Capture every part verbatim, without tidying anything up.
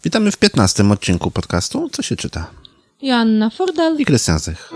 Witamy w piętnastym odcinku podcastu Co się czyta? Joanna Fordal i Krystian Zych.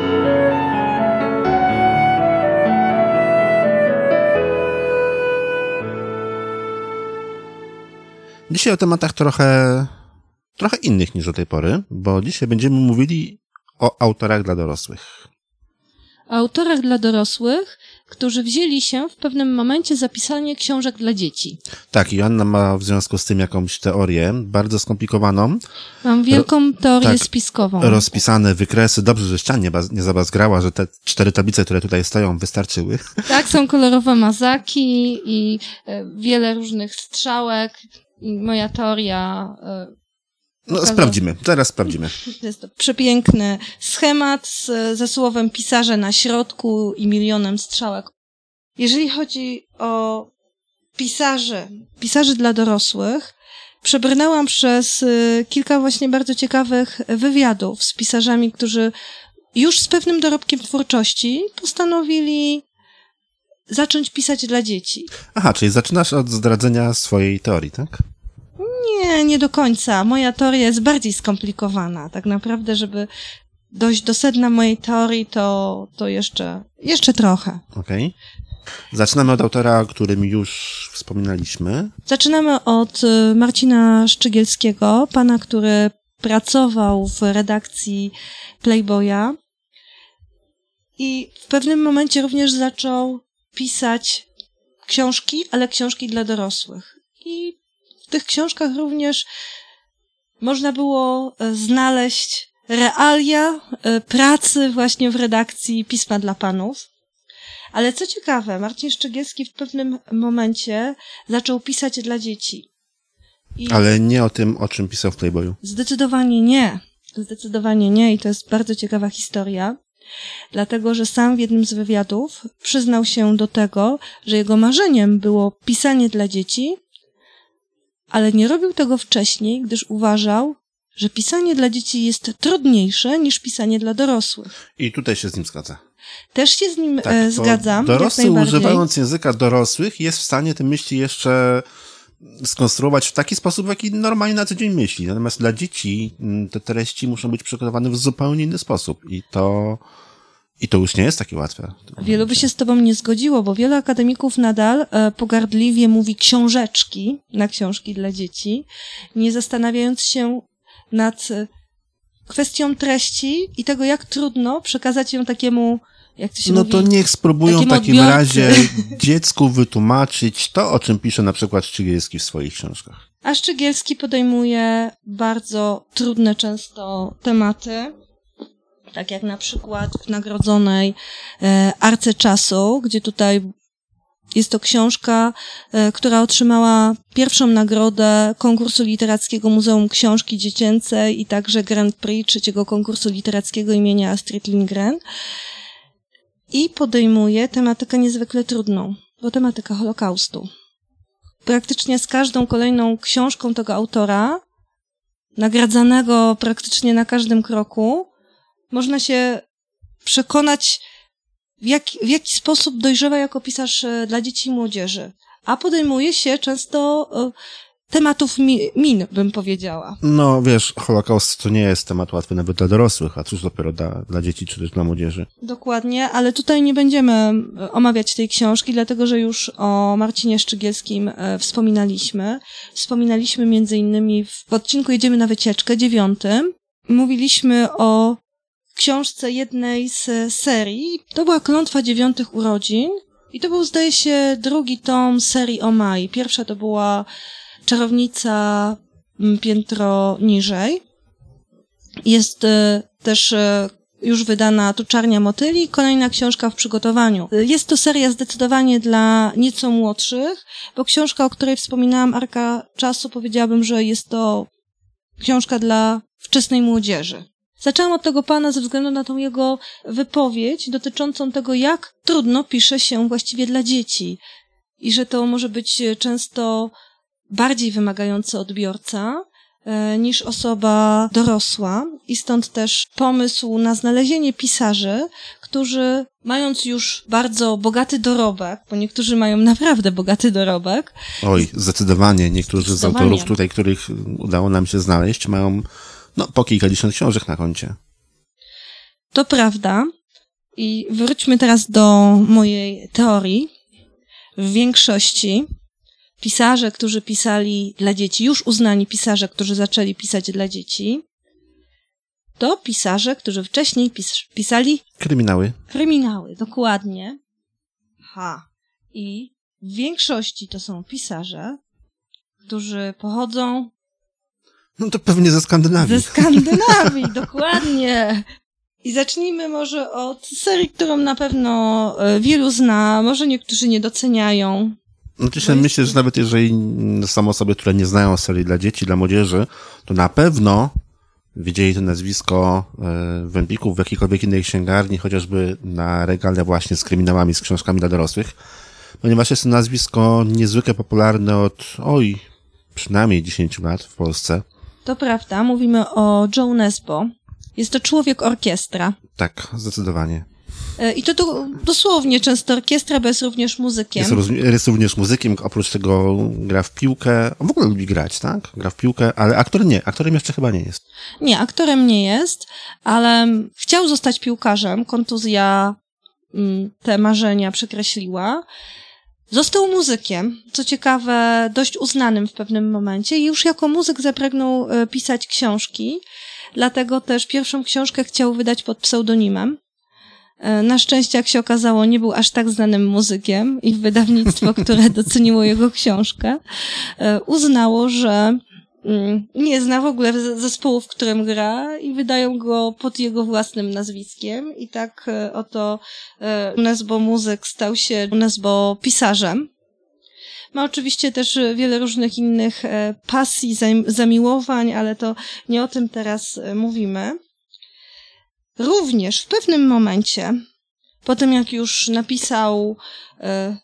Dzisiaj o tematach trochę, trochę innych niż do tej pory, bo dzisiaj będziemy mówili o autorach dla dorosłych. O autorach dla dorosłych, którzy wzięli się w pewnym momencie za pisanie książek dla dzieci. Tak, Joanna ma w związku z tym jakąś teorię, bardzo skomplikowaną. Mam wielką teorię tak, spiskową. Rozpisane wykresy. Dobrze, że ścian nie, baz- nie zabazgrała, że te cztery tablice, które tutaj stoją, wystarczyły. Tak, są kolorowe mazaki i e, wiele różnych strzałek. I moja teoria... E, No, pokaza... sprawdzimy. Zaraz sprawdzimy. Jest to przepiękny schemat z, ze słowem pisarze na środku i milionem strzałek. Jeżeli chodzi o pisarzy, pisarzy dla dorosłych, przebrnęłam przez y, kilka właśnie bardzo ciekawych wywiadów z pisarzami, którzy już z pewnym dorobkiem twórczości postanowili zacząć pisać dla dzieci. Aha, czyli zaczynasz od zdradzenia swojej teorii, tak? Nie, nie do końca. Moja teoria jest bardziej skomplikowana. Tak naprawdę, żeby dojść do sedna mojej teorii, to, to jeszcze, jeszcze trochę. Okej. Okay. Zaczynamy od autora, o którym już wspominaliśmy. Zaczynamy od Marcina Szczygielskiego, pana, który pracował w redakcji Playboya i w pewnym momencie również zaczął pisać książki, ale książki dla dorosłych. I w tych książkach również można było znaleźć realia pracy właśnie w redakcji Pisma dla Panów. Ale co ciekawe, Marcin Szczygielski w pewnym momencie zaczął pisać dla dzieci. I Ale nie o tym, o czym pisał w Playboyu. Zdecydowanie nie. Zdecydowanie nie i to jest bardzo ciekawa historia. Dlatego, że sam w jednym z wywiadów przyznał się do tego, że jego marzeniem było pisanie dla dzieci, ale nie robił tego wcześniej, gdyż uważał, że pisanie dla dzieci jest trudniejsze niż pisanie dla dorosłych. I tutaj się z nim zgadza. Też się z nim tak, e, zgadzam. Dorosły, używając języka dorosłych, jest w stanie te myśli jeszcze skonstruować w taki sposób, w jaki normalnie na co dzień myśli. Natomiast dla dzieci te treści muszą być przygotowane w zupełnie inny sposób. I to... I to już nie jest takie łatwe. Wielu by się z tobą nie zgodziło, bo wielu akademików nadal e, pogardliwie mówi książeczki na książki dla dzieci, nie zastanawiając się nad e, kwestią treści i tego, jak trudno przekazać ją takiemu, jak to się no mówi... No to niech spróbują w takim odbiorcy. razie dziecku wytłumaczyć to, o czym pisze na przykład Szczygielski w swoich książkach. A Szczygielski podejmuje bardzo trudne często tematy, tak jak na przykład w nagrodzonej e, Arce Czasu, gdzie tutaj jest to książka, e, która otrzymała pierwszą nagrodę konkursu literackiego Muzeum Książki Dziecięcej i także Grand Prix trzeciego konkursu literackiego imienia Astrid Lindgren. I podejmuje tematykę niezwykle trudną, bo tematyka Holokaustu. Praktycznie z każdą kolejną książką tego autora, nagradzanego praktycznie na każdym kroku, można się przekonać, w jaki, w jaki sposób dojrzewa jako pisarz dla dzieci i młodzieży. A podejmuje się często tematów mi, min, bym powiedziała. No wiesz, Holokaust to nie jest temat łatwy nawet dla dorosłych, a cóż dopiero dla, dla dzieci czy też dla młodzieży. Dokładnie, ale tutaj nie będziemy omawiać tej książki, dlatego że już o Marcinie Szczygielskim wspominaliśmy. Wspominaliśmy między innymi w odcinku Jedziemy na wycieczkę, dziewiątym. Mówiliśmy o książce jednej z serii. To była Klątwa dziewiątych urodzin i to był, zdaje się, drugi tom serii o Mai. Pierwsza to była Czarownica piętro niżej. Jest y, też y, już wydana Tu Czarnia motyli, kolejna książka w przygotowaniu. Jest to seria zdecydowanie dla nieco młodszych, bo książka, o której wspominałam, Arka Czasu, powiedziałabym, że jest to książka dla wczesnej młodzieży. Zaczęłam od tego pana ze względu na tą jego wypowiedź dotyczącą tego, jak trudno pisze się właściwie dla dzieci i że to może być często bardziej wymagający odbiorca niż osoba dorosła i stąd też pomysł na znalezienie pisarzy, którzy mając już bardzo bogaty dorobek, bo niektórzy mają naprawdę bogaty dorobek. Oj, zdecydowanie. Niektórzy zdecydowanie. z autorów tutaj, których udało nam się znaleźć, mają no, po kilkadziesiąt książek na koncie. To prawda. I wróćmy teraz do mojej teorii. W większości pisarze, którzy pisali dla dzieci, już uznani pisarze, którzy zaczęli pisać dla dzieci, to pisarze, którzy wcześniej pis- pisali... Kryminały. Kryminały, dokładnie. Ha. I w większości to są pisarze, którzy pochodzą... No to pewnie ze Skandynawii. Ze Skandynawii, dokładnie. I zacznijmy może od serii, którą na pewno wielu zna, może niektórzy nie doceniają. Znaczy się, myślę, że nawet jeżeli są osoby, które nie znają serii dla dzieci, dla młodzieży, to na pewno widzieli to nazwisko w Empiku, w jakiejkolwiek innej księgarni, chociażby na regale właśnie z kryminałami, z książkami dla dorosłych, ponieważ jest to nazwisko niezwykle popularne od, oj, przynajmniej dziesięć lat w Polsce. To prawda, mówimy o Joe Nesbo. Jest to człowiek orkiestra. Tak, zdecydowanie. I to do, dosłownie często orkiestra, bo jest również muzykiem. Jest, roz, jest również muzykiem, oprócz tego gra w piłkę. W ogóle lubi grać, tak? Gra w piłkę, ale aktor nie. Aktorem jeszcze chyba nie jest. Nie, aktorem nie jest, ale chciał zostać piłkarzem. Kontuzja te marzenia przekreśliła. Został muzykiem, co ciekawe, dość uznanym w pewnym momencie i już jako muzyk zapragnął pisać książki. Dlatego też pierwszą książkę chciał wydać pod pseudonimem. Na szczęście, jak się okazało, nie był aż tak znanym muzykiem i wydawnictwo, które doceniło jego książkę, uznało, że nie zna w ogóle zespołu, w którym gra i wydają go pod jego własnym nazwiskiem. I tak oto Nesbo muzyk stał się Nesbo pisarzem. Ma oczywiście też wiele różnych innych pasji, zamiłowań, ale to nie o tym teraz mówimy. Również w pewnym momencie, po tym jak już napisał e,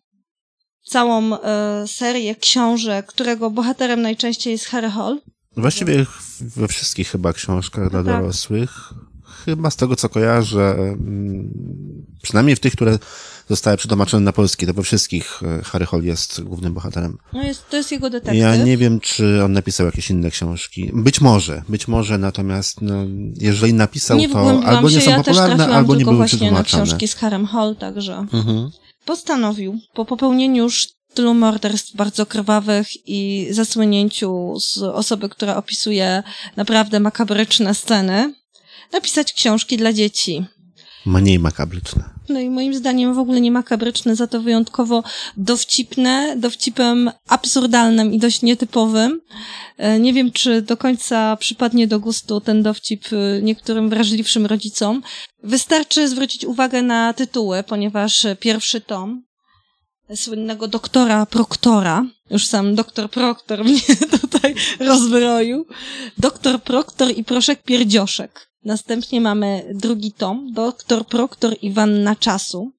całą e, serię książek, którego bohaterem najczęściej jest Harry Hole. Właściwie we wszystkich chyba książkach dla tak. dorosłych, chyba z tego co kojarzę, przynajmniej w tych, które zostały przetłumaczone na polski, to we wszystkich Harry Hole jest głównym bohaterem. No jest, to jest jego detektyw. Ja nie wiem, czy on napisał jakieś inne książki. Być może, być może, natomiast no, jeżeli napisał, nie to albo nie się, są ja popularne, albo nie były właśnie przetłumaczone. Na książki z Harrym Hole, także mhm. postanowił po popełnieniu już tylu morderstw bardzo krwawych i zasłonięciu z osoby, która opisuje naprawdę makabryczne sceny, napisać książki dla dzieci. Mniej makabryczne. No i moim zdaniem w ogóle nie makabryczne, za to wyjątkowo dowcipne, dowcipem absurdalnym i dość nietypowym. Nie wiem, czy do końca przypadnie do gustu ten dowcip niektórym wrażliwszym rodzicom. Wystarczy zwrócić uwagę na tytuły, ponieważ pierwszy tom słynnego doktora Proktora, już sam doktor Proktor mnie tutaj rozbroił, doktor Proktor i proszek pierdzioszek. Następnie mamy drugi tom, doktor Proktor i wanna czasu,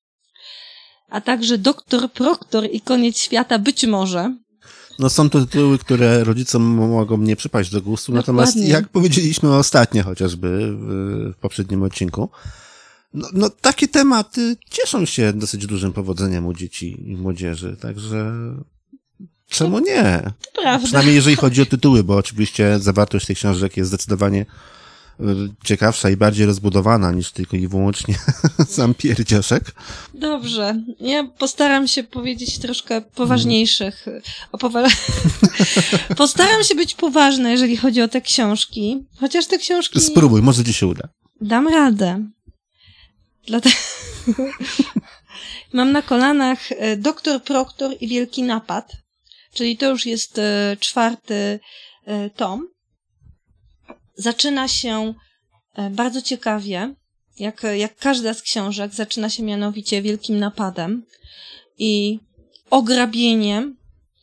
a także doktor Proktor i koniec świata być może. No są to tytuły, które rodzicom mogą nie przypaść do gustu, Dokładnie. Natomiast jak powiedzieliśmy ostatnio chociażby w poprzednim odcinku, no, no takie tematy cieszą się dosyć dużym powodzeniem u dzieci i młodzieży, także czemu nie? To prawda. Przynajmniej jeżeli chodzi o tytuły, bo oczywiście zawartość tych książek jest zdecydowanie ciekawsza i bardziej rozbudowana niż tylko i wyłącznie sam pierdzioszek. Dobrze. Ja postaram się powiedzieć troszkę poważniejszych. O powa... Postaram się być poważna, jeżeli chodzi o te książki. Chociaż te książki... Spróbuj, może ci się uda. Dam radę. Dlatego... Mam na kolanach Doktor Proktor i Wielki Napad, czyli to już jest czwarty tom. Zaczyna się bardzo ciekawie, jak, jak każda z książek, zaczyna się mianowicie wielkim napadem i ograbieniem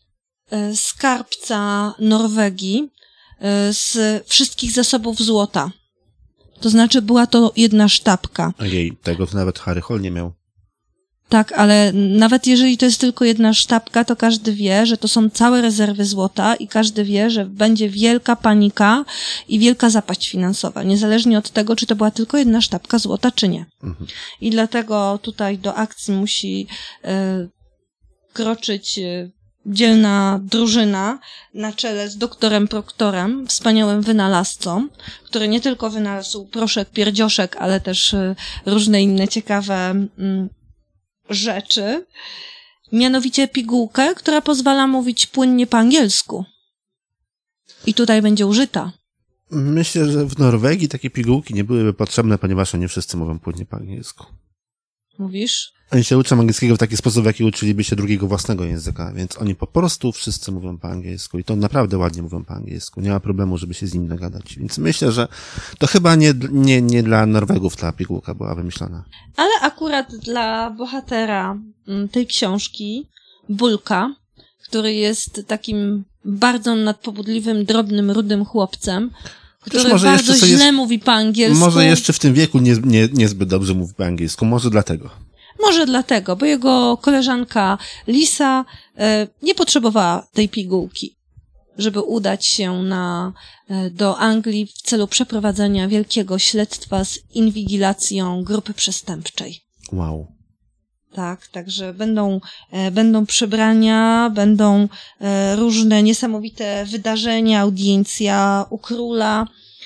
skarbca Norwegii z wszystkich zasobów złota. To znaczy była to jedna sztabka. Ojej, tego to nawet Harry Hole nie miał. Tak, ale nawet jeżeli to jest tylko jedna sztabka, to każdy wie, że to są całe rezerwy złota i każdy wie, że będzie wielka panika i wielka zapaść finansowa, niezależnie od tego, czy to była tylko jedna sztabka złota, czy nie. Mhm. I dlatego tutaj do akcji musi y, kroczyć y, dzielna drużyna na czele z doktorem Proktorem, wspaniałym wynalazcą, który nie tylko wynalazł proszek, pierdzioszek, ale też y, różne inne ciekawe y, rzeczy, mianowicie pigułkę, która pozwala mówić płynnie po angielsku. I tutaj będzie użyta. Myślę, że w Norwegii takie pigułki nie byłyby potrzebne, ponieważ oni wszyscy mówią płynnie po angielsku. Mówisz? Oni się uczą angielskiego w taki sposób, w jaki uczyliby się drugiego własnego języka, więc oni po prostu wszyscy mówią po angielsku i to naprawdę ładnie mówią po angielsku. Nie ma problemu, żeby się z nim dogadać. Więc myślę, że to chyba nie, nie, nie dla Norwegów ta pigułka była wymyślona. Ale akurat dla bohatera tej książki, Bulka, który jest takim bardzo nadpobudliwym, drobnym, rudym chłopcem, który może bardzo źle jest, mówi po angielsku. Może jeszcze w tym wieku nie, nie, niezbyt dobrze mówi po angielsku, może dlatego. Może dlatego, bo jego koleżanka Lisa e, nie potrzebowała tej pigułki, żeby udać się na, e, do Anglii w celu przeprowadzenia wielkiego śledztwa z inwigilacją grupy przestępczej. Wow. Tak, także będą, e, będą przebrania, będą e, różne niesamowite wydarzenia, audiencja u króla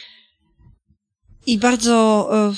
i bardzo e,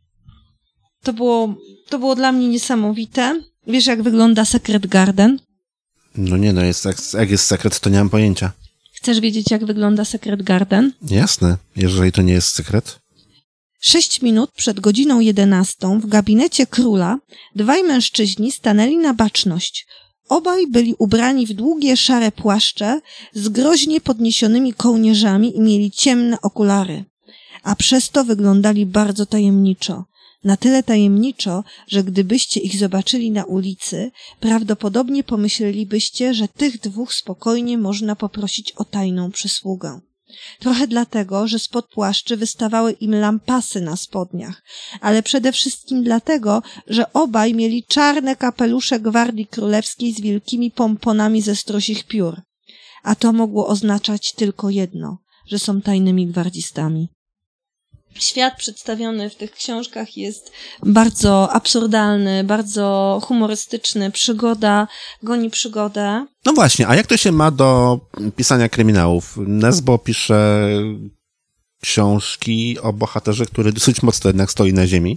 to było, to było dla mnie niesamowite. Wiesz, jak wygląda Secret Garden? No nie, no jest, jak, jak jest sekret, to nie mam pojęcia. Chcesz wiedzieć, jak wygląda Secret Garden? Jasne, jeżeli to nie jest sekret. Sześć minut przed godziną jedenastą w gabinecie króla dwaj mężczyźni stanęli na baczność. Obaj byli ubrani w długie, szare płaszcze z groźnie podniesionymi kołnierzami i mieli ciemne okulary. A przez to wyglądali bardzo tajemniczo. Na tyle tajemniczo, że gdybyście ich zobaczyli na ulicy, prawdopodobnie pomyślelibyście, że tych dwóch spokojnie można poprosić o tajną przysługę. Trochę dlatego, że spod płaszczy wystawały im lampasy na spodniach, ale przede wszystkim dlatego, że obaj mieli czarne kapelusze Gwardii Królewskiej z wielkimi pomponami ze strosich piór. A to mogło oznaczać tylko jedno, że są tajnymi gwardzistami. Świat przedstawiony w tych książkach jest bardzo absurdalny, bardzo humorystyczny. Przygoda goni przygodę. No właśnie, a jak to się ma do pisania kryminałów? Nesbo pisze książki o bohaterze, który dosyć mocno jednak stoi na ziemi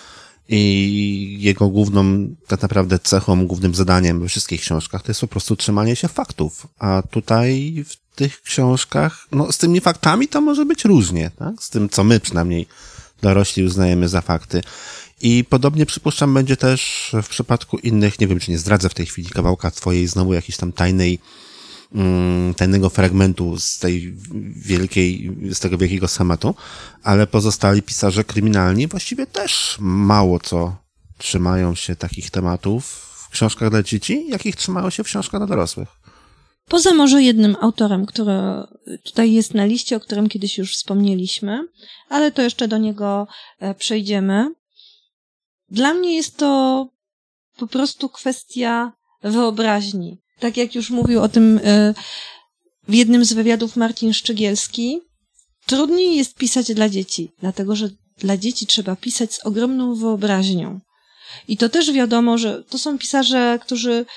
i jego główną tak naprawdę cechą, głównym zadaniem we wszystkich książkach to jest po prostu trzymanie się faktów. A tutaj w tych książkach, no z tymi faktami to może być różnie, tak? Z tym, co my przynajmniej dorośli uznajemy za fakty. I podobnie przypuszczam będzie też w przypadku innych, nie wiem, czy nie zdradzę w tej chwili kawałka twojej znowu jakiejś tam tajnej, mm, tajnego fragmentu z tej wielkiej, z tego wielkiego schematu, ale pozostali pisarze kryminalni właściwie też mało co trzymają się takich tematów w książkach dla dzieci, jakich trzymają się w książkach dla dorosłych. Poza może jednym autorem, który tutaj jest na liście, o którym kiedyś już wspomnieliśmy, ale to jeszcze do niego przejdziemy. Dla mnie jest to po prostu kwestia wyobraźni. Tak jak już mówił o tym w jednym z wywiadów Marcin Szczygielski, trudniej jest pisać dla dzieci, dlatego że dla dzieci trzeba pisać z ogromną wyobraźnią. I to też wiadomo, że to są pisarze, którzy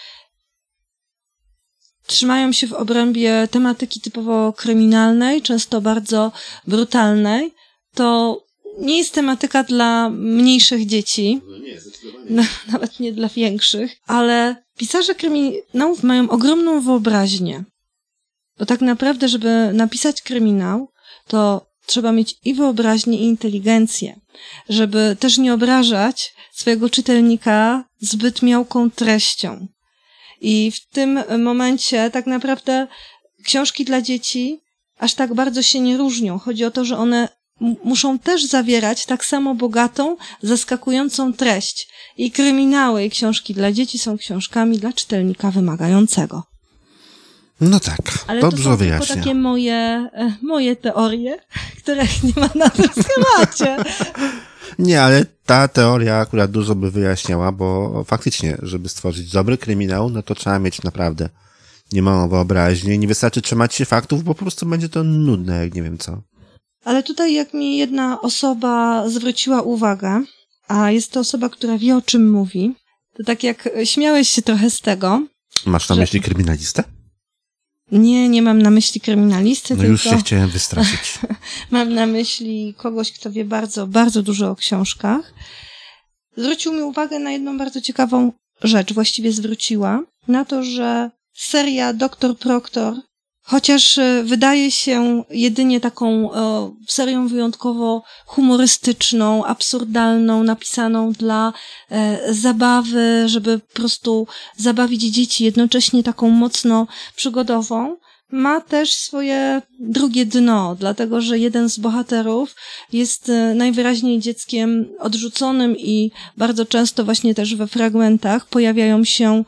trzymają się w obrębie tematyki typowo kryminalnej, często bardzo brutalnej. To nie jest tematyka dla mniejszych dzieci, no nie, zdecydowanie. No, nawet nie dla większych, ale pisarze kryminałów mają ogromną wyobraźnię. Bo tak naprawdę, żeby napisać kryminał, to trzeba mieć i wyobraźnię, i inteligencję, żeby też nie obrażać swojego czytelnika zbyt miałką treścią. I w tym momencie tak naprawdę książki dla dzieci aż tak bardzo się nie różnią. Chodzi o to, że one m- muszą też zawierać tak samo bogatą, zaskakującą treść. I kryminały i książki dla dzieci są książkami dla czytelnika wymagającego. No tak, ale dobrze to są wyjaśnia. tylko takie moje, moje teorie, których nie ma na tym schemacie. Nie, ale ta teoria akurat dużo by wyjaśniała, bo faktycznie, żeby stworzyć dobry kryminał, no to trzeba mieć naprawdę niemałą wyobraźnię i nie wystarczy trzymać się faktów, bo po prostu będzie to nudne, jak nie wiem co. Ale tutaj jak mi jedna osoba zwróciła uwagę, a jest to osoba, która wie, o czym mówi, to tak jak śmiałeś się trochę z tego... Masz na że... myśli kryminalistę? Nie, nie mam na myśli kryminalisty, no tylko... już się chciałem wystraszyć. Mam na myśli kogoś, kto wie bardzo, bardzo dużo o książkach. Zwrócił mi uwagę na jedną bardzo ciekawą rzecz, właściwie zwróciła, na to, że seria doktor Proktor, chociaż wydaje się jedynie taką e, serią wyjątkowo humorystyczną, absurdalną, napisaną dla e, zabawy, żeby po prostu zabawić dzieci, jednocześnie taką mocno przygodową, ma też swoje drugie dno, dlatego że jeden z bohaterów jest najwyraźniej dzieckiem odrzuconym i bardzo często właśnie też we fragmentach pojawiają się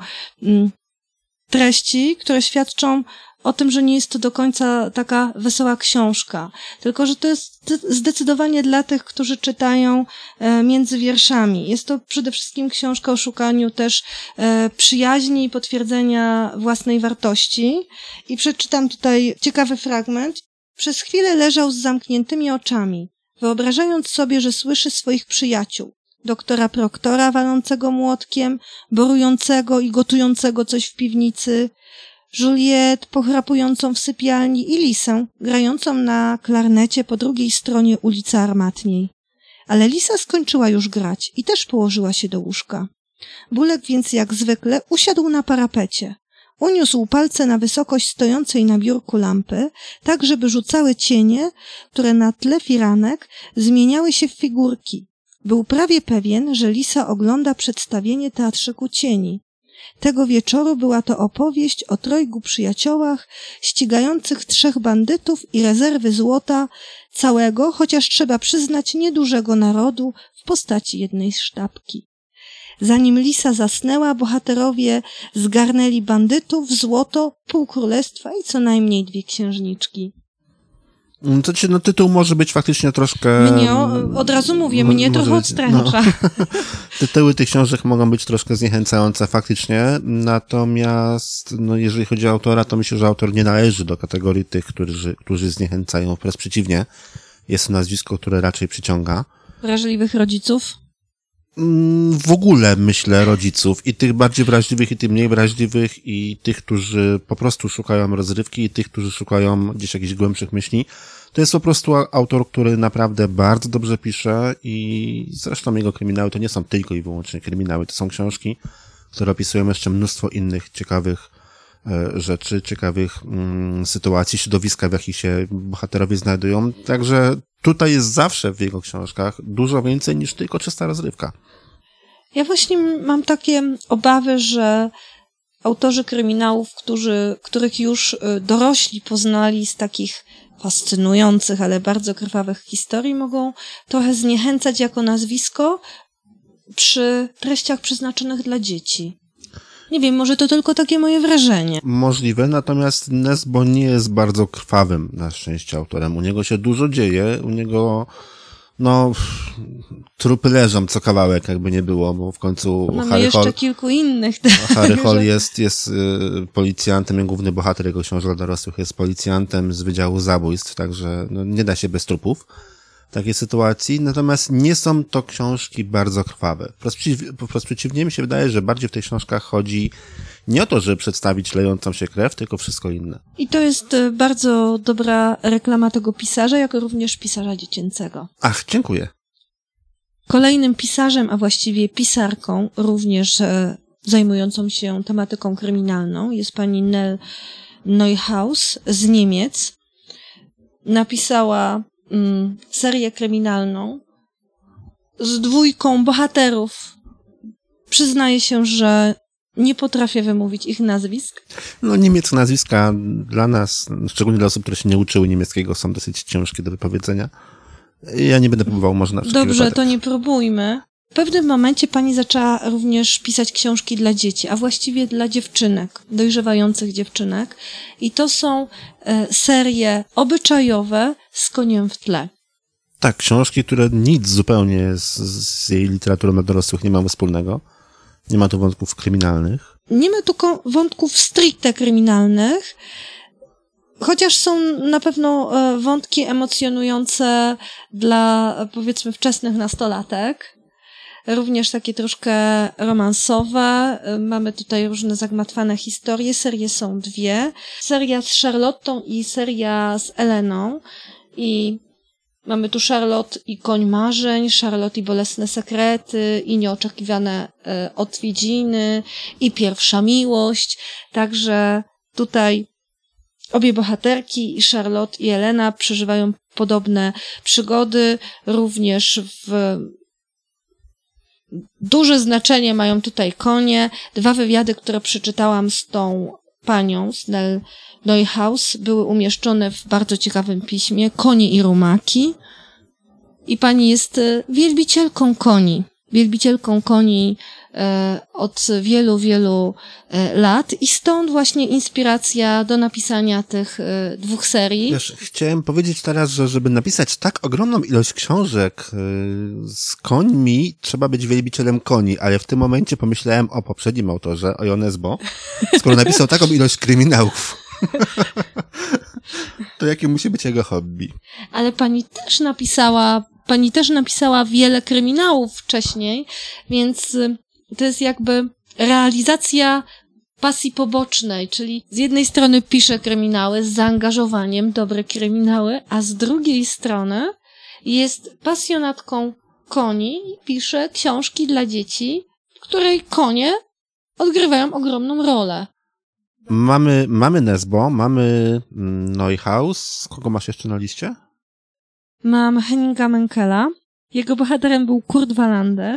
treści, które świadczą o tym, że nie jest to do końca taka wesoła książka, tylko że to jest zdecydowanie dla tych, którzy czytają między wierszami. Jest to przede wszystkim książka o szukaniu też przyjaźni i potwierdzenia własnej wartości. I przeczytam tutaj ciekawy fragment. Przez chwilę leżał z zamkniętymi oczami, wyobrażając sobie, że słyszy swoich przyjaciół. Doktora Proktora walącego młotkiem, borującego i gotującego coś w piwnicy, Juliet pochrapującą w sypialni i Lisę grającą na klarnecie po drugiej stronie ulicy Armatniej. Ale Lisa skończyła już grać i też położyła się do łóżka. Bulek więc jak zwykle usiadł na parapecie. Uniósł palce na wysokość stojącej na biurku lampy, tak żeby rzucały cienie, które na tle firanek zmieniały się w figurki. Był prawie pewien, że Lisa ogląda przedstawienie Teatrzyku Cieni. Tego wieczoru była to opowieść o trojgu przyjaciołach ścigających trzech bandytów i rezerwy złota całego, chociaż trzeba przyznać, niedużego narodu w postaci jednej sztabki. Zanim Lisa zasnęła, bohaterowie zgarnęli bandytów, złoto, pół królestwa i co najmniej dwie księżniczki. To ci, no tytuł może być faktycznie troszkę... Mnie, od razu mówię, mnie może trochę być, odstręcza. No. Tytuły tych książek mogą być troszkę zniechęcające faktycznie, natomiast no, jeżeli chodzi o autora, to myślę, że autor nie należy do kategorii tych, którzy, którzy zniechęcają, wprost przeciwnie. Jest to nazwisko, które raczej przyciąga. Wrażliwych rodziców? W ogóle myślę rodziców, i tych bardziej wrażliwych, i tych mniej wrażliwych, i tych, którzy po prostu szukają rozrywki, i tych, którzy szukają gdzieś jakichś głębszych myśli. To jest po prostu autor, który naprawdę bardzo dobrze pisze i zresztą jego kryminały to nie są tylko i wyłącznie kryminały, to są książki, które opisują jeszcze mnóstwo innych ciekawych e, rzeczy, ciekawych mm, sytuacji, środowiska, w jakich się bohaterowie znajdują. Także tutaj jest zawsze w jego książkach dużo więcej niż tylko czysta rozrywka. Ja właśnie mam takie obawy, że autorzy kryminałów, którzy, których już dorośli poznali z takich fascynujących, ale bardzo krwawych historii, mogą trochę zniechęcać jako nazwisko przy treściach przeznaczonych dla dzieci. Nie wiem, może to tylko takie moje wrażenie. Możliwe, natomiast Nesbo nie jest bardzo krwawym na szczęście autorem. U niego się dużo dzieje, u niego no trupy leżą co kawałek, jakby nie było, bo w końcu Mamy Harry jeszcze Hall, kilku innych. Harry Hall jest, jest y, policjantem, jego główny bohater jego książek dla dorosłych jest policjantem z Wydziału Zabójstw, także no, nie da się bez trupów takiej sytuacji, natomiast nie są to książki bardzo krwawe. Wprost, przeciw, wprost przeciwnie, mi się wydaje, że bardziej w tych książkach chodzi nie o to, żeby przedstawić lejącą się krew, tylko wszystko inne. I to jest bardzo dobra reklama tego pisarza, jak również pisarza dziecięcego. Ach, dziękuję. Kolejnym pisarzem, a właściwie pisarką, również e, zajmującą się tematyką kryminalną, jest pani Nell Neuhaus z Niemiec. Napisała mm, serię kryminalną z dwójką bohaterów. Przyznaję się, że nie potrafię wymówić ich nazwisk. No niemieckie nazwiska dla nas, szczególnie dla osób, które się nie uczyły niemieckiego, są dosyć ciężkie do wypowiedzenia. Ja nie będę próbował, może na wszelki Dobrze, wypadek. to nie próbujmy. W pewnym momencie pani zaczęła również pisać książki dla dzieci, a właściwie dla dziewczynek, dojrzewających dziewczynek. I to są e, serie obyczajowe z koniem w tle. Tak, książki, które nic zupełnie z, z jej literaturą dla dorosłych nie mają wspólnego. Nie ma tu wątków kryminalnych. Nie ma tu ko- wątków stricte kryminalnych, chociaż są na pewno e, wątki emocjonujące dla, powiedzmy, wczesnych nastolatek. Również takie troszkę romansowe. Mamy tutaj różne zagmatwane historie. Serie są dwie. Seria z Charlottą i seria z Eleną. I mamy tu Charlotte i Koń Marzeń, Charlotte i Bolesne Sekrety, i Nieoczekiwane e, Odwiedziny, i Pierwsza Miłość. Także tutaj obie bohaterki, i Charlotte, i Elena, przeżywają podobne przygody. Również w duże znaczenie mają tutaj konie. Dwa wywiady, które przeczytałam z tą panią, z Nell Neuhaus, były umieszczone w bardzo ciekawym piśmie Konie i rumaki. I pani jest wielbicielką koni. Wielbicielką koni e, od wielu, wielu e, lat i stąd właśnie inspiracja do napisania tych e, dwóch serii. Wiesz, chciałem powiedzieć teraz, że żeby napisać tak ogromną ilość książek y, z końmi, trzeba być wielbicielem koni, ale w tym momencie pomyślałem o poprzednim autorze, o Jon Esbo, skoro napisał taką ilość kryminałów. To jakie musi być jego hobby? Ale pani też napisała, pani też napisała wiele kryminałów wcześniej, więc to jest jakby realizacja pasji pobocznej, czyli z jednej strony pisze kryminały z zaangażowaniem, dobre kryminały, a z drugiej strony jest pasjonatką koni i pisze książki dla dzieci, w której konie odgrywają ogromną rolę. Mamy, mamy Nesbo, mamy Neuhaus. Kogo masz jeszcze na liście? Mam Henninga Menkela. Jego bohaterem był Kurt Wallander.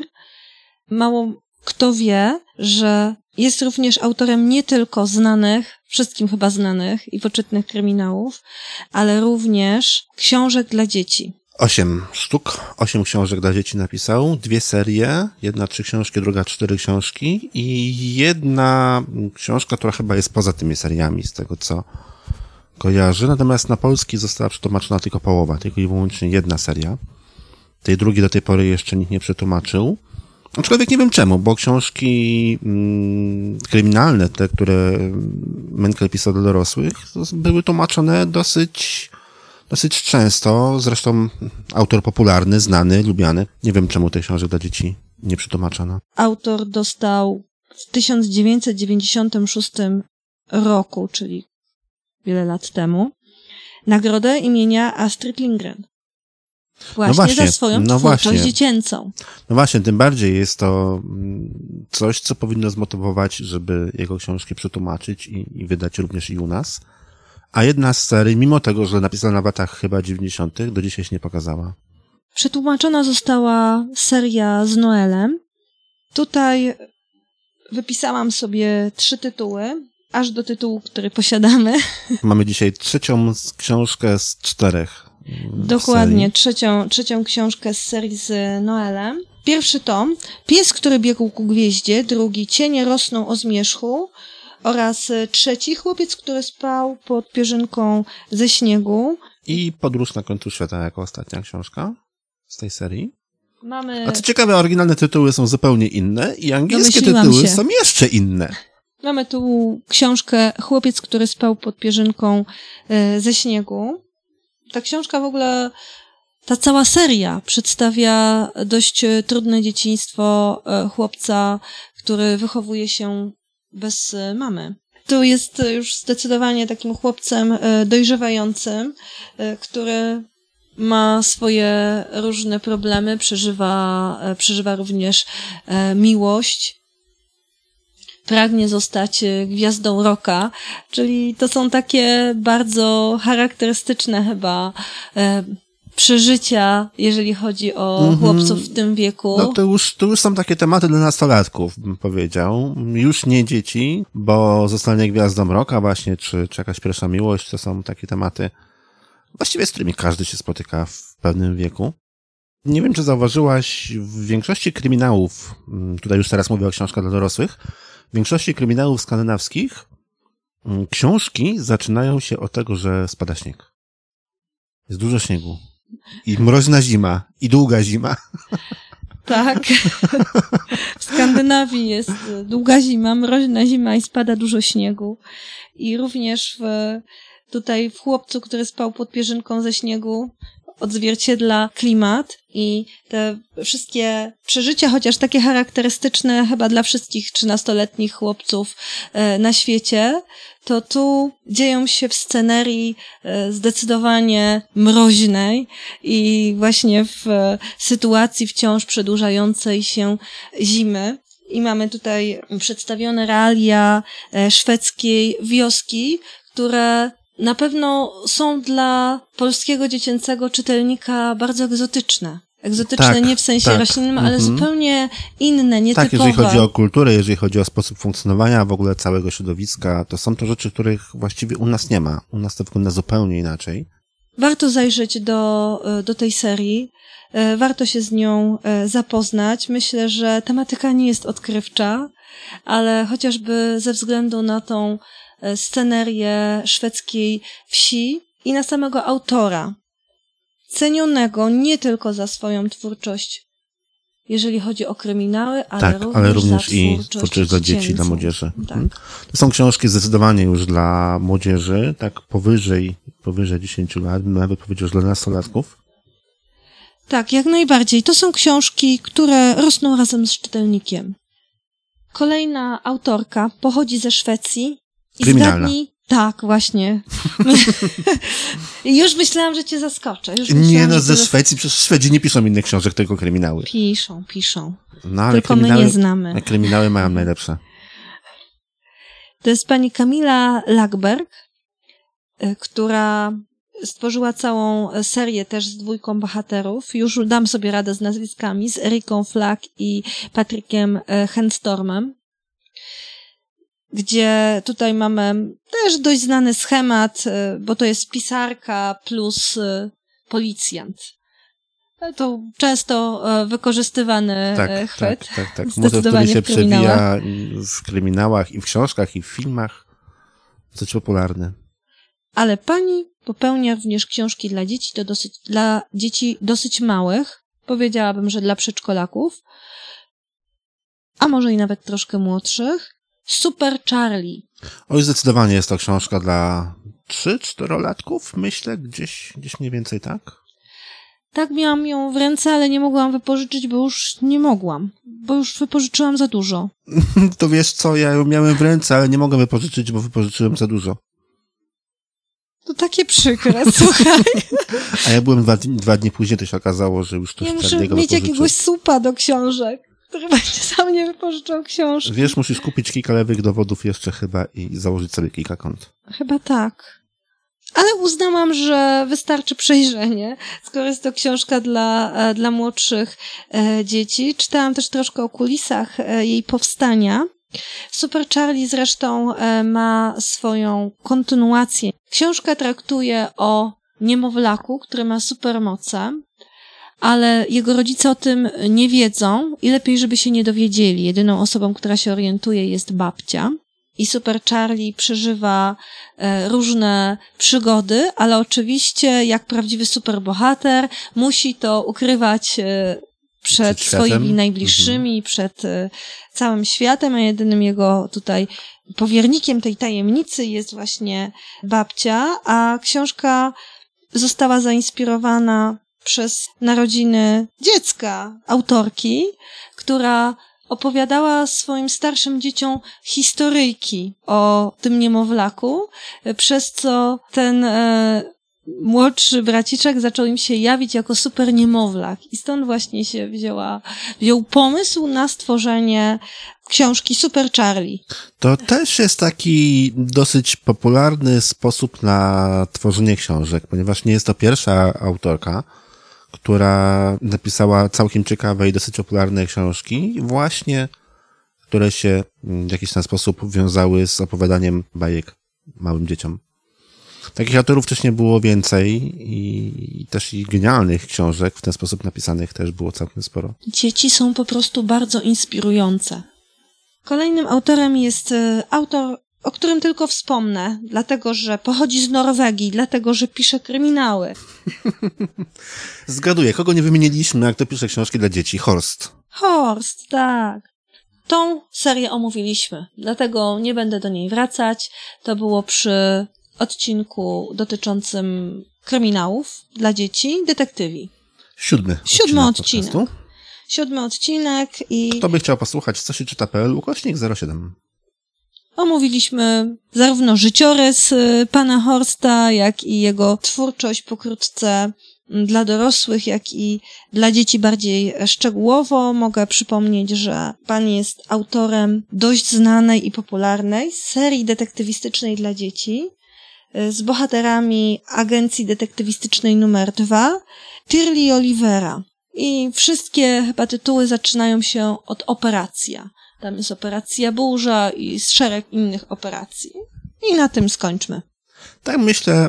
Mało kto wie, że jest również autorem nie tylko znanych, wszystkim chyba znanych i poczytnych kryminałów, ale również książek dla dzieci. Osiem sztuk, osiem książek dla dzieci napisał, dwie serie, jedna trzy książki, druga cztery książki i jedna książka, która chyba jest poza tymi seriami, z tego co kojarzę, natomiast na polski została przetłumaczona tylko połowa, tylko i wyłącznie jedna seria. Tej drugiej do tej pory jeszcze nikt nie przetłumaczył. Aczkolwiek nie wiem czemu, bo książki mm, kryminalne, te, które Menkel pisał dla dorosłych, były tłumaczone dosyć Dosyć często, zresztą autor popularny, znany, lubiany. Nie wiem, czemu tej książek dla dzieci nie przetłumaczono. Autor dostał w tysiąc dziewięćset dziewięćdziesiątym szóstym roku, czyli wiele lat temu, nagrodę imienia Astrid Lindgren. Właśnie, no właśnie za swoją no twórczość właśnie. dziecięcą. No właśnie, tym bardziej jest to coś, co powinno zmotywować, żeby jego książki przetłumaczyć i, i wydać również i u nas. A jedna z serii, mimo tego, że napisana w latach chyba dziewięćdziesiątych, do dzisiaj się nie pokazała. Przetłumaczona została seria z Noelem. Tutaj wypisałam sobie trzy tytuły, aż do tytułu, który posiadamy. Mamy dzisiaj trzecią książkę z czterech. Dokładnie, trzecią, trzecią książkę z serii z Noelem. Pierwszy tom, Pies, który biegł ku gwieździe, drugi, Cienie rosną o zmierzchu, oraz trzeci, Chłopiec, który spał pod pierzynką ze śniegu. I Podróż na końcu świata jako ostatnia książka z tej serii. Mamy... A co ciekawe, oryginalne tytuły są zupełnie inne i angielskie Domyśliłam tytuły się. są jeszcze inne. Mamy tu książkę Chłopiec, który spał pod pierzynką e, ze śniegu. Ta książka w ogóle, ta cała seria przedstawia dość trudne dzieciństwo e, chłopca, który wychowuje się bez mamy. Tu jest już zdecydowanie takim chłopcem dojrzewającym, który ma swoje różne problemy, przeżywa, przeżywa również miłość, pragnie zostać gwiazdą rocka, czyli to są takie bardzo charakterystyczne chyba przeżycia, jeżeli chodzi o mm-hmm. chłopców w tym wieku. No to już, to już są takie tematy dla nastolatków, bym powiedział. Już nie dzieci, bo zostanie gwiazdą rocka właśnie, czy, czy jakaś pierwsza miłość, to są takie tematy, właściwie z którymi każdy się spotyka w pewnym wieku. Nie wiem, czy zauważyłaś, w większości kryminałów, tutaj już teraz mówię o książkach dla dorosłych, w większości kryminałów skandynawskich książki zaczynają się od tego, że spada śnieg. Jest dużo śniegu. I mroźna zima. I długa zima. Tak. W Skandynawii jest długa zima, mroźna zima i spada dużo śniegu. I również w, tutaj w Chłopcu, który spał pod pierzynką ze śniegu, odzwierciedla klimat i te wszystkie przeżycia, chociaż takie charakterystyczne chyba dla wszystkich trzynastoletnich chłopców na świecie, to tu dzieją się w scenerii zdecydowanie mroźnej i właśnie w sytuacji wciąż przedłużającej się zimy. I mamy tutaj przedstawione realia szwedzkiej wioski, które na pewno są dla polskiego dziecięcego czytelnika bardzo egzotyczne. Egzotyczne tak, nie w sensie tak. roślinnym, ale mhm. zupełnie inne, nietypowe. Tak, jeżeli chodzi o kulturę, jeżeli chodzi o sposób funkcjonowania w ogóle całego środowiska, to są to rzeczy, których właściwie u nas nie ma. U nas to wygląda zupełnie inaczej. Warto zajrzeć do, do tej serii. Warto się z nią zapoznać. Myślę, że tematyka nie jest odkrywcza, ale chociażby ze względu na tą scenerię szwedzkiej wsi i na samego autora, cenionego nie tylko za swoją twórczość, jeżeli chodzi o kryminały, ale tak, również, ale również za i twórczość, twórczość dla dzieci, dziecięcą. dla młodzieży. Tak. Mhm. To są książki zdecydowanie już dla młodzieży, tak powyżej, powyżej dziesięciu lat, nawet powiedział, że dla nastolatków. Tak, jak najbardziej. To są książki, które rosną razem z czytelnikiem. Kolejna autorka pochodzi ze Szwecji. I Kryminalna. zgadnij, tak, właśnie. Już myślałam, że cię zaskoczę. Już Nie myślałam, no, że ze cię Szwecji, przecież Szwedzi nie piszą innych książek, tylko kryminały. Piszą, piszą. No, ale Tylko my nie znamy. Kryminały mają najlepsze. To jest pani Kamila Lagerberg, która stworzyła całą serię też z dwójką bohaterów. Już dam sobie radę z nazwiskami, z Eriką Flack i Patrickiem Hendstormem, gdzie tutaj mamy też dość znany schemat, bo to jest pisarka plus policjant. To często wykorzystywany tak, chwyt. Tak, tak, tak. Motyw, który się przewija w kryminałach i w książkach, i w filmach. Dosyć popularny. Ale pani popełnia również książki dla dzieci, to dosyć, dla dzieci dosyć małych. Powiedziałabym, że dla przedszkolaków. A może i nawet troszkę młodszych. Super Charlie. Oj, zdecydowanie jest to książka dla trzy-czterolatków, myślę, gdzieś, gdzieś mniej więcej tak. Tak, miałam ją w ręce, ale nie mogłam wypożyczyć, bo już nie mogłam. Bo już wypożyczyłam za dużo. To wiesz co, ja ją miałem w ręce, ale nie mogę wypożyczyć, bo wypożyczyłem za dużo. To takie przykre, słuchaj. A ja byłem dwa, dwa dni później, to się okazało, że już ktoś Ja muszę Charlie'ego mieć wypożyczył. jakiegoś supa do książek, który będzie sam nie wypożyczał książki. Wiesz, musisz kupić kilka lewych dowodów jeszcze chyba i założyć sobie kilka kont. Chyba tak. Ale uznałam, że wystarczy przejrzenie, skoro jest to książka dla, dla młodszych e, dzieci. Czytałam też troszkę o kulisach e, jej powstania. Super Charlie zresztą e, ma swoją kontynuację. Książka traktuje o niemowlaku, który ma supermoce, ale jego rodzice o tym nie wiedzą i lepiej, żeby się nie dowiedzieli. Jedyną osobą, która się orientuje, jest babcia. I Super Charlie przeżywa e, różne przygody, ale oczywiście, jak prawdziwy superbohater, musi to ukrywać e, przed, przed swoimi najbliższymi, mhm. przed e, całym światem, a jedynym jego tutaj powiernikiem tej tajemnicy jest właśnie babcia, a książka została zainspirowana przez narodziny dziecka autorki, która opowiadała swoim starszym dzieciom historyjki o tym niemowlaku, przez co ten e, młodszy braciczek zaczął im się jawić jako super niemowlak. I stąd właśnie się wzięła, wziął pomysł na stworzenie książki Super Charlie. To też jest taki dosyć popularny sposób na tworzenie książek, ponieważ nie jest to pierwsza autorka, która napisała całkiem ciekawe i dosyć popularne książki, właśnie, które się w jakiś ten sposób wiązały z opowiadaniem bajek małym dzieciom. Takich autorów wcześniej było więcej i, i też i genialnych książek w ten sposób napisanych też było całkiem sporo. Dzieci są po prostu bardzo inspirujące. Kolejnym autorem jest autor o którym tylko wspomnę, dlatego że pochodzi z Norwegii, dlatego że pisze kryminały. Zgaduję, kogo nie wymieniliśmy, jak to pisze książki dla dzieci? Horst. Horst, tak. Tą serię omówiliśmy, dlatego nie będę do niej wracać. To było przy odcinku dotyczącym kryminałów dla dzieci, detektywi. Siódmy. Siódmy odcinek. odcinek. Siódmy odcinek i... Kto by chciał posłuchać, co się czyta kropka pe el, ukośnik zero siedem. Omówiliśmy zarówno życiorys pana Horsta, jak i jego twórczość pokrótce dla dorosłych, jak i dla dzieci bardziej szczegółowo. Mogę przypomnieć, że pan jest autorem dość znanej i popularnej serii detektywistycznej dla dzieci z bohaterami agencji detektywistycznej numer dwa, Tirli Olivera. I wszystkie chyba tytuły zaczynają się od Operacja. Tam jest Operacja Burza i szereg innych operacji. I na tym skończmy. Tak myślę,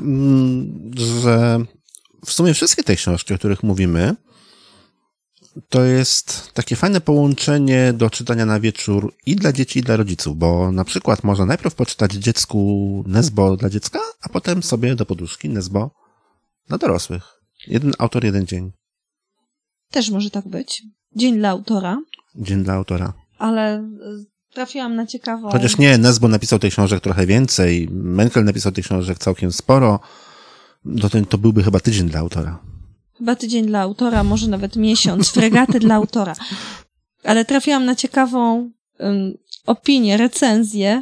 że w sumie wszystkie te książki, o których mówimy, to jest takie fajne połączenie do czytania na wieczór i dla dzieci, i dla rodziców, bo na przykład można najpierw poczytać dziecku Nesbo dla dziecka, a potem sobie do poduszki Nesbo dla dorosłych. Jeden autor, jeden dzień. Też może tak być. Dzień dla autora. Dzień dla autora. Ale trafiłam na ciekawą... Chociaż nie, Nesbo napisał tych książek trochę więcej, Menkel napisał tych książek całkiem sporo, to, to byłby chyba tydzień dla autora. Chyba tydzień dla autora, może nawet miesiąc, fregaty dla autora. Ale trafiłam na ciekawą um, opinię, recenzję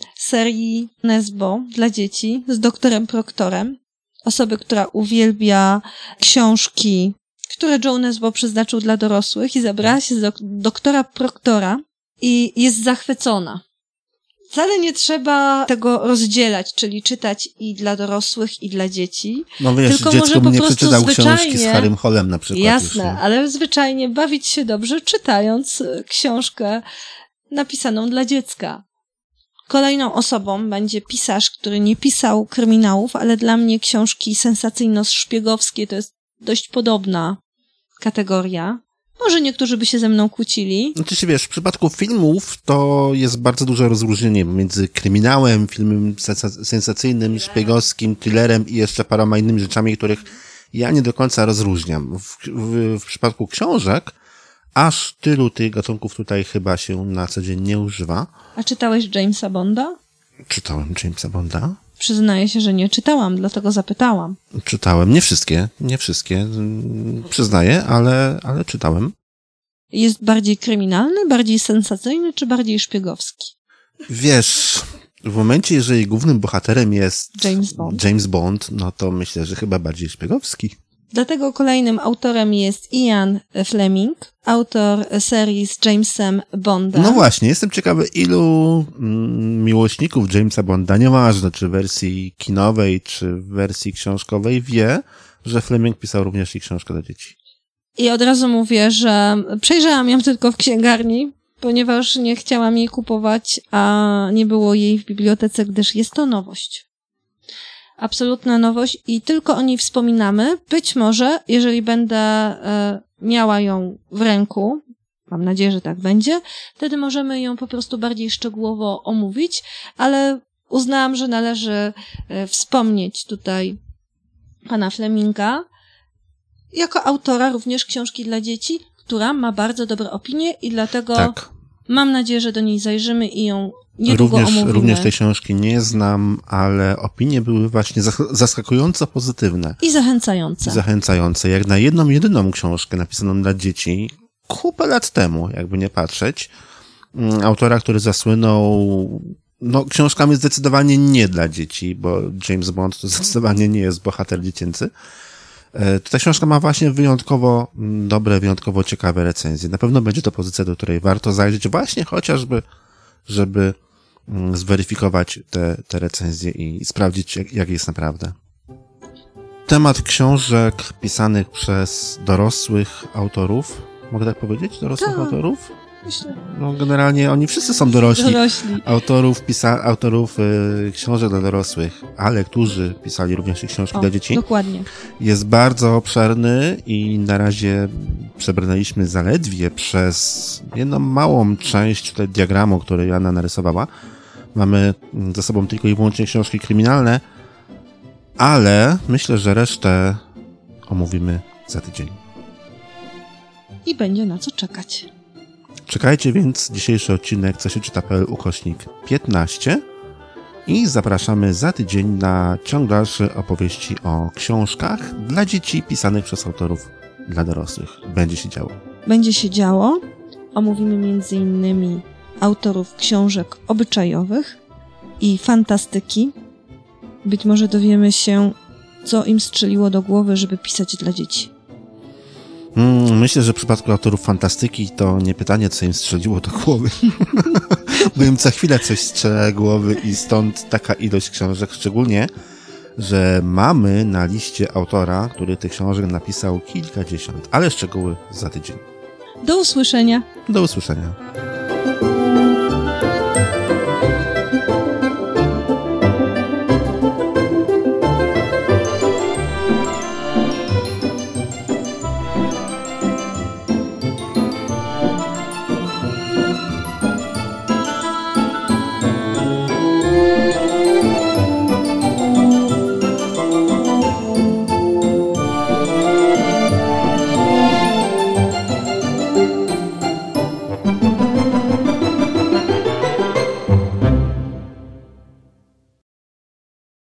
serii Nesbo dla dzieci z doktorem Proctorem. Osoby, która uwielbia książki, które Joe Nesbo przeznaczył dla dorosłych i zabrała się do doktora Proctora i jest zachwycona. Wcale nie trzeba tego rozdzielać, czyli czytać i dla dorosłych, i dla dzieci. No wiesz, tylko dziecko może po mnie prostu przeczytał zwyczajnie, książki z Harrym Hallem na przykład. Jasne, już, ale zwyczajnie bawić się dobrze, czytając książkę napisaną dla dziecka. Kolejną osobą będzie pisarz, który nie pisał kryminałów, ale dla mnie książki sensacyjno-szpiegowskie to jest dość podobna kategoria. Może niektórzy by się ze mną kłócili. Znaczy, wiesz, w przypadku filmów to jest bardzo duże rozróżnienie między kryminałem, filmem sensacyjnym, szpiegowskim, thrillerem i jeszcze paroma innymi rzeczami, których ja nie do końca rozróżniam. W, w, w przypadku książek aż tylu tych gatunków tutaj chyba się na co dzień nie używa. A czytałeś Jamesa Bonda? Czytałem Jamesa Bonda. Przyznaję się, że nie czytałam, dlatego zapytałam. Czytałem, nie wszystkie, nie wszystkie, przyznaję, ale, ale czytałem. Jest bardziej kryminalny, bardziej sensacyjny, czy bardziej szpiegowski? Wiesz, w momencie, jeżeli głównym bohaterem jest James Bond, James Bond, no to myślę, że chyba bardziej szpiegowski. Dlatego kolejnym autorem jest Ian Fleming, autor serii z Jamesem Bondem. No właśnie, jestem ciekawy, ilu mm, miłośników Jamesa Bonda, nieważne czy w wersji kinowej, czy w wersji książkowej, wie, że Fleming pisał również i książkę dla dzieci. I od razu mówię, że przejrzałam ją tylko w księgarni, ponieważ nie chciałam jej kupować, a nie było jej w bibliotece, gdyż jest to nowość. Absolutna nowość i tylko o niej wspominamy. Być może, jeżeli będę e, miała ją w ręku, mam nadzieję, że tak będzie, wtedy możemy ją po prostu bardziej szczegółowo omówić, ale uznałam, że należy e, wspomnieć tutaj pana Fleminga jako autora również książki dla dzieci, która ma bardzo dobre opinie i dlatego tak. Mam nadzieję, że do niej zajrzymy i ją niedługo również, omówimy. Również tej książki nie znam, ale opinie były właśnie zaskakująco pozytywne. I zachęcające. I zachęcające. Jak na jedną, jedyną książkę napisaną dla dzieci, kupę lat temu, jakby nie patrzeć, autora, który zasłynął no, książkami zdecydowanie nie dla dzieci, bo James Bond to zdecydowanie nie jest bohater dziecięcy. Ta książka ma właśnie wyjątkowo dobre, wyjątkowo ciekawe recenzje. Na pewno będzie to pozycja, do której warto zajrzeć właśnie chociażby, żeby zweryfikować te, te recenzje i sprawdzić, jak, jak jest naprawdę. Temat książek pisanych przez dorosłych autorów, mogę tak powiedzieć? Dorosłych tak, autorów? Myślę. No generalnie oni wszyscy są dorośli. Dorośli. Autorów, pisa- autorów y, książek dla dorosłych, ale którzy pisali również i książki o, dla dzieci. Dokładnie. Jest bardzo obszerny i na razie przebrnęliśmy zaledwie przez jedną małą część tutaj diagramu, który Joanna narysowała, mamy ze sobą tylko i wyłącznie książki kryminalne, ale myślę, że resztę omówimy za tydzień. I będzie na co czekać. Czekajcie więc dzisiejszy odcinek co się czyta kropka p l ukośnik piętnaście i zapraszamy za tydzień na ciąg dalszy opowieści o książkach dla dzieci pisanych przez autorów dla dorosłych. Będzie się działo. Będzie się działo. Omówimy między innymi autorów książek obyczajowych i fantastyki. Być może dowiemy się, co im strzeliło do głowy, żeby pisać dla dzieci. Hmm, myślę, że w przypadku autorów fantastyki to nie pytanie, co im strzeliło do głowy. Bo im co chwilę coś strzela głowy i stąd taka ilość książek, szczególnie, że mamy na liście autora, który tych książek napisał kilkadziesiąt, ale szczegóły za tydzień. Do usłyszenia. Do usłyszenia.